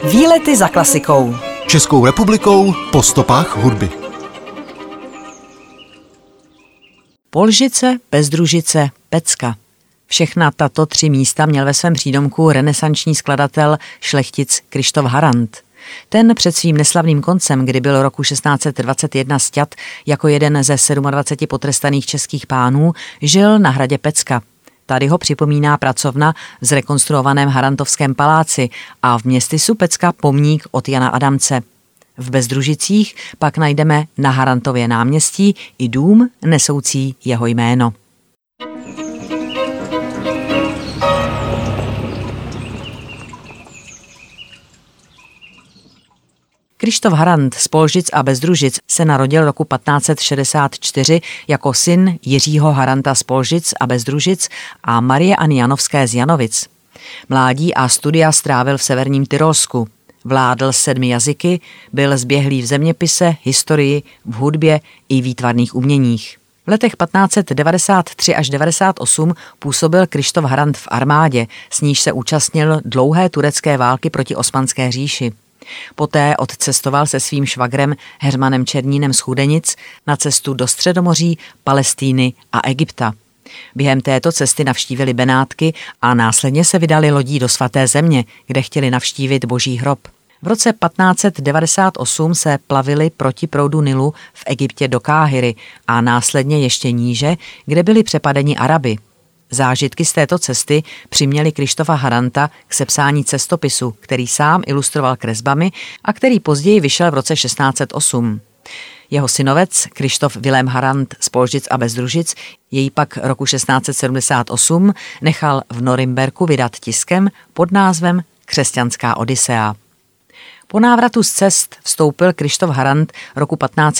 Výlety za klasikou. Českou republikou po stopách hudby. Polžice, Bezdružice, Pecka. Všechna tato 3 místa měl ve svém přídomku renesanční skladatel šlechtic Kryštof Harant. Ten před svým neslavným koncem, kdy byl roku 1621 sťat jako jeden ze 27 potrestaných českých pánů, žil na hradě Pecka. Tady ho připomíná pracovna v zrekonstruovaném Harantovském paláci a v městysu Pecka pomník od Jana Adamce. V Bezdružicích pak najdeme na Harantově náměstí i dům nesoucí jeho jméno. Kryštof Harant z Polžic a Bezdružic se narodil roku 1564 jako syn Jiřího Haranta z Polžic a Bezdružic a Marie Anny Janovské z Janovic. Mládí a studia strávil v severním Tyrolsku. Vládl 7 jazyky, byl zběhlý v zeměpise, historii, v hudbě i výtvarných uměních. V letech 1593 až 98 působil Kryštof Harant v armádě, s níž se účastnil dlouhé turecké války proti Osmanské říši. Poté odcestoval se svým švagrem Heřmanem Černínem z Chudenic na cestu do Středomoří, Palestíny a Egypta. Během této cesty navštívili Benátky a následně se vydali lodí do Svaté země, kde chtěli navštívit Boží hrob. V roce 1598 se plavili proti proudu Nilu v Egyptě do Káhiry a následně ještě níže, kde byli přepadeni Araby. Zážitky z této cesty přiměly Kryštofa Haranta k sepsání cestopisu, který sám ilustroval kresbami a který později vyšel v roce 1608. Jeho synovec Kryštof Vilém Harant z Polžic a Bezdružic jej pak roku 1678 nechal v Norimberku vydat tiskem pod názvem Křesťanská Odysea. Po návratu z cest vstoupil Kryštof Harant roku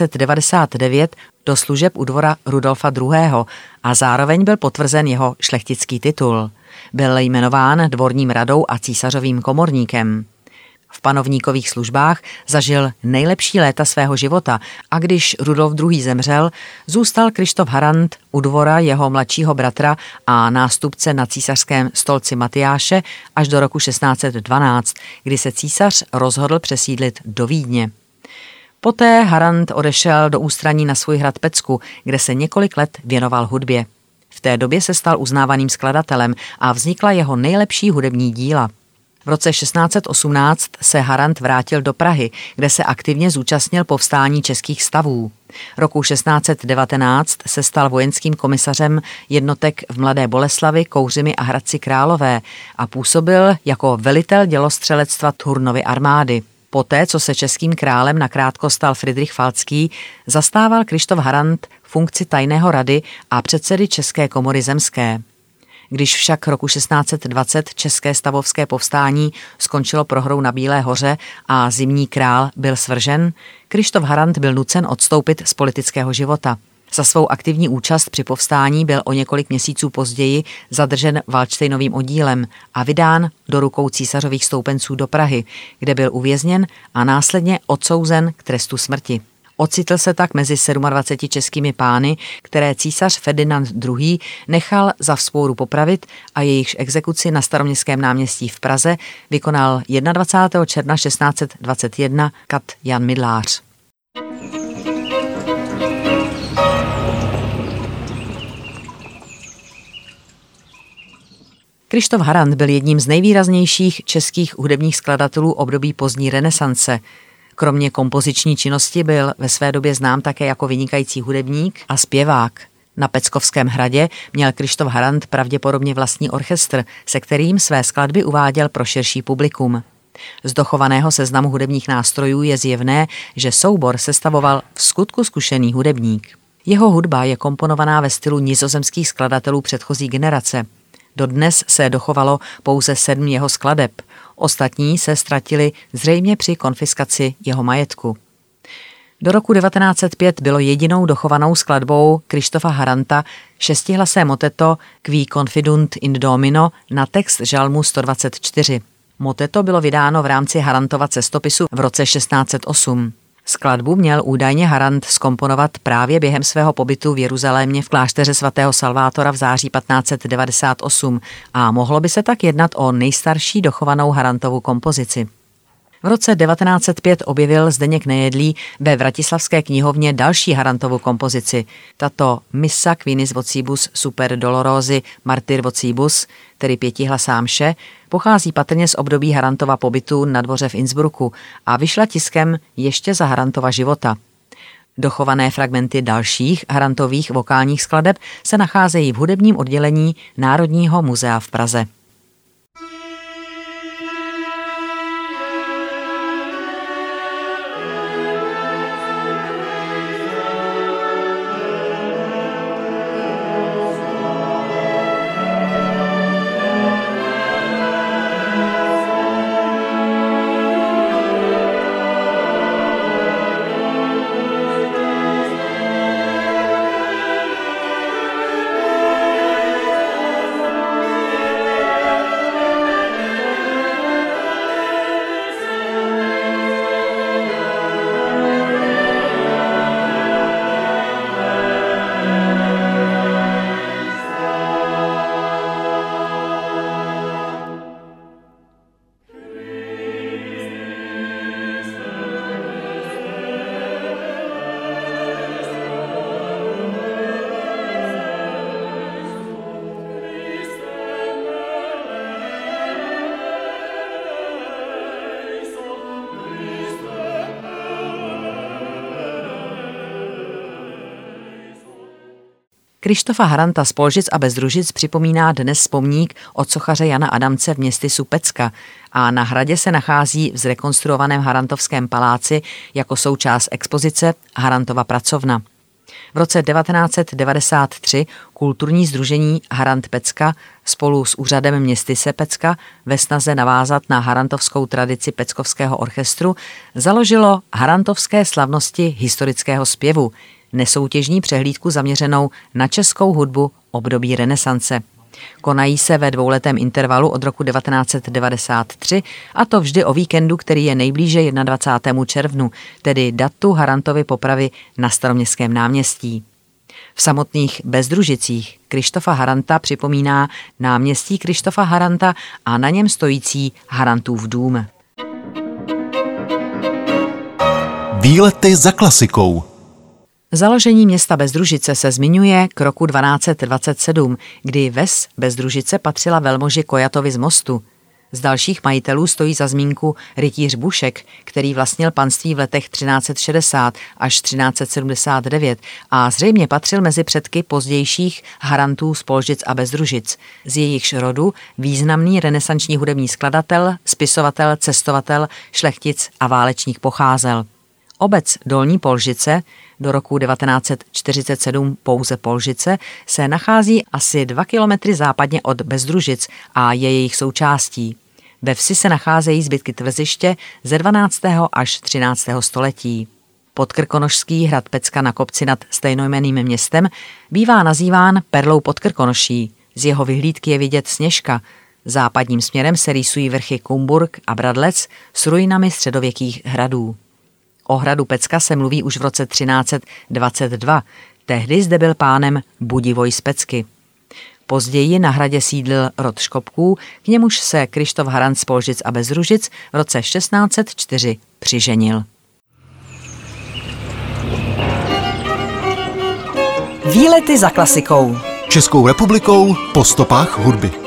1599 do služeb u dvora Rudolfa II. A zároveň byl potvrzen jeho šlechtický titul. Byl jmenován dvorním radou a císařovým komorníkem. V panovníkových službách zažil nejlepší léta svého života a když Rudolf II. Zemřel, zůstal Kryštof Harant u dvora jeho mladšího bratra a nástupce na císařském stolci Matyáše až do roku 1612, kdy se císař rozhodl přesídlit do Vídně. Poté Harant odešel do ústraní na svůj hrad Pecku, kde se několik let věnoval hudbě. V té době se stal uznávaným skladatelem a vznikla jeho nejlepší hudební díla. V roce 1618 se Harant vrátil do Prahy, kde se aktivně zúčastnil povstání českých stavů. Roku 1619 se stal vojenským komisařem jednotek v Mladé Boleslavi, Kouřimi a Hradci Králové a působil jako velitel dělostřelectva Turnovy armády. Poté, co se českým králem nakrátko stal Fridrich Falcký, zastával Kryštof Harant funkci tajného rady a předsedy České komory zemské. Když však roku 1620 české stavovské povstání skončilo prohrou na Bílé hoře a zimní král byl svržen, Kryštof Harant byl nucen odstoupit z politického života. Za svou aktivní účast při povstání byl o několik měsíců později zadržen Valdštejnovým oddílem a vydán do rukou císařových stoupenců do Prahy, kde byl uvězněn a následně odsouzen k trestu smrti. Ocitl se tak mezi 27 českými pány, které císař Ferdinand II. Nechal za vzpouru popravit a jejichž exekuci na Staroměstském náměstí v Praze vykonal 21. června 1621 kat Jan Mydlář. Kryštof Harant byl jedním z nejvýraznějších českých hudebních skladatelů období pozdní renesance. Kromě kompoziční činnosti byl ve své době znám také jako vynikající hudebník a zpěvák. Na Peckovském hradě měl Kryštof Harant pravděpodobně vlastní orchestr, se kterým své skladby uváděl pro širší publikum. Z dochovaného seznamu hudebních nástrojů je zjevné, že soubor sestavoval vskutku zkušený hudebník. Jeho hudba je komponovaná ve stylu nizozemských skladatelů předchozí generace. Dodnes se dochovalo pouze 7 jeho skladeb, ostatní se ztratili zřejmě při konfiskaci jeho majetku. Do roku 1905 bylo jedinou dochovanou skladbou Kryštofa Haranta šestihlasé moteto Qui confidunt in Domino na text žalmu 124. Moteto bylo vydáno v rámci Harantova cestopisu v roce 1608. Skladbu měl údajně Harant zkomponovat právě během svého pobytu v Jeruzalémě v klášteře svatého Salvátora v září 1598 a mohlo by se tak jednat o nejstarší dochovanou Harantovu kompozici. V roce 1905 objevil Zdeněk Nejedlý ve Vratislavské knihovně další Harantovu kompozici. Tato Missa quinis vocibus super dolorosi martyr vocibus, tedy pětihlasá mše, pochází patrně z období Harantova pobytu na dvoře v Innsbrucku a vyšla tiskem ještě za Harantova života. Dochované fragmenty dalších Harantových vokálních skladeb se nacházejí v hudebním oddělení Národního muzea v Praze. Krištofa Haranta z Polžic a Bezdružic připomíná dnes pomník od sochaře Jana Adamce v městysu Pecka a na hradě se nachází v zrekonstruovaném Harantovském paláci jako součást expozice Harantova pracovna. V roce 1993 kulturní sdružení Harant Pecka spolu s úřadem městyse Pecka ve snaze navázat na harantovskou tradici peckovského orchestru založilo Harantovské slavnosti historického zpěvu, nesoutěžní přehlídku zaměřenou na českou hudbu období renesance. Konají se ve dvouletém intervalu od roku 1993 a to vždy o víkendu, který je nejblíže 21. červnu, tedy datu Harantovy popravy na Staroměstském náměstí. V samotných Bezdružicích Krištofa Haranta připomíná náměstí Krištofa Haranta a na něm stojící Harantův dům. Výlety za klasikou. Založení města Bezdružice se zmiňuje k roku 1227, kdy ves Bezdružice patřila velmoži Kojatovi z Mostu. Z dalších majitelů stojí za zmínku rytíř Bušek, který vlastnil panství v letech 1360 až 1379 a zřejmě patřil mezi předky pozdějších Harantů z Polžic a Bezdružic. Z jejichž rodu významný renesanční hudební skladatel, spisovatel, cestovatel, šlechtic a válečník pocházel. Obec Dolní Polžice, do roku 1947 pouze Polžice, se nachází asi 2 kilometry západně od Bezdružic a je jejich součástí. Ve vsi se nacházejí zbytky tvrziště ze 12. až 13. století. Podkrkonošský hrad Pecka na kopci nad stejnojmenným městem bývá nazýván Perlou Podkrkonoší. Z jeho vyhlídky je vidět Sněžka. Západním směrem se rýsují vrchy Kumburk a Bradlec s ruinami středověkých hradů. O hradu Pecka se mluví už v roce 1322. Tehdy zde byl pánem Budivoj z Pecky. Později na hradě sídlil rod Škopků, k němuž se Krištof Harant z Polžic a Bezdružic v roce 1604 přiženil. Výlety za klasikou. Českou republikou po stopách hudby.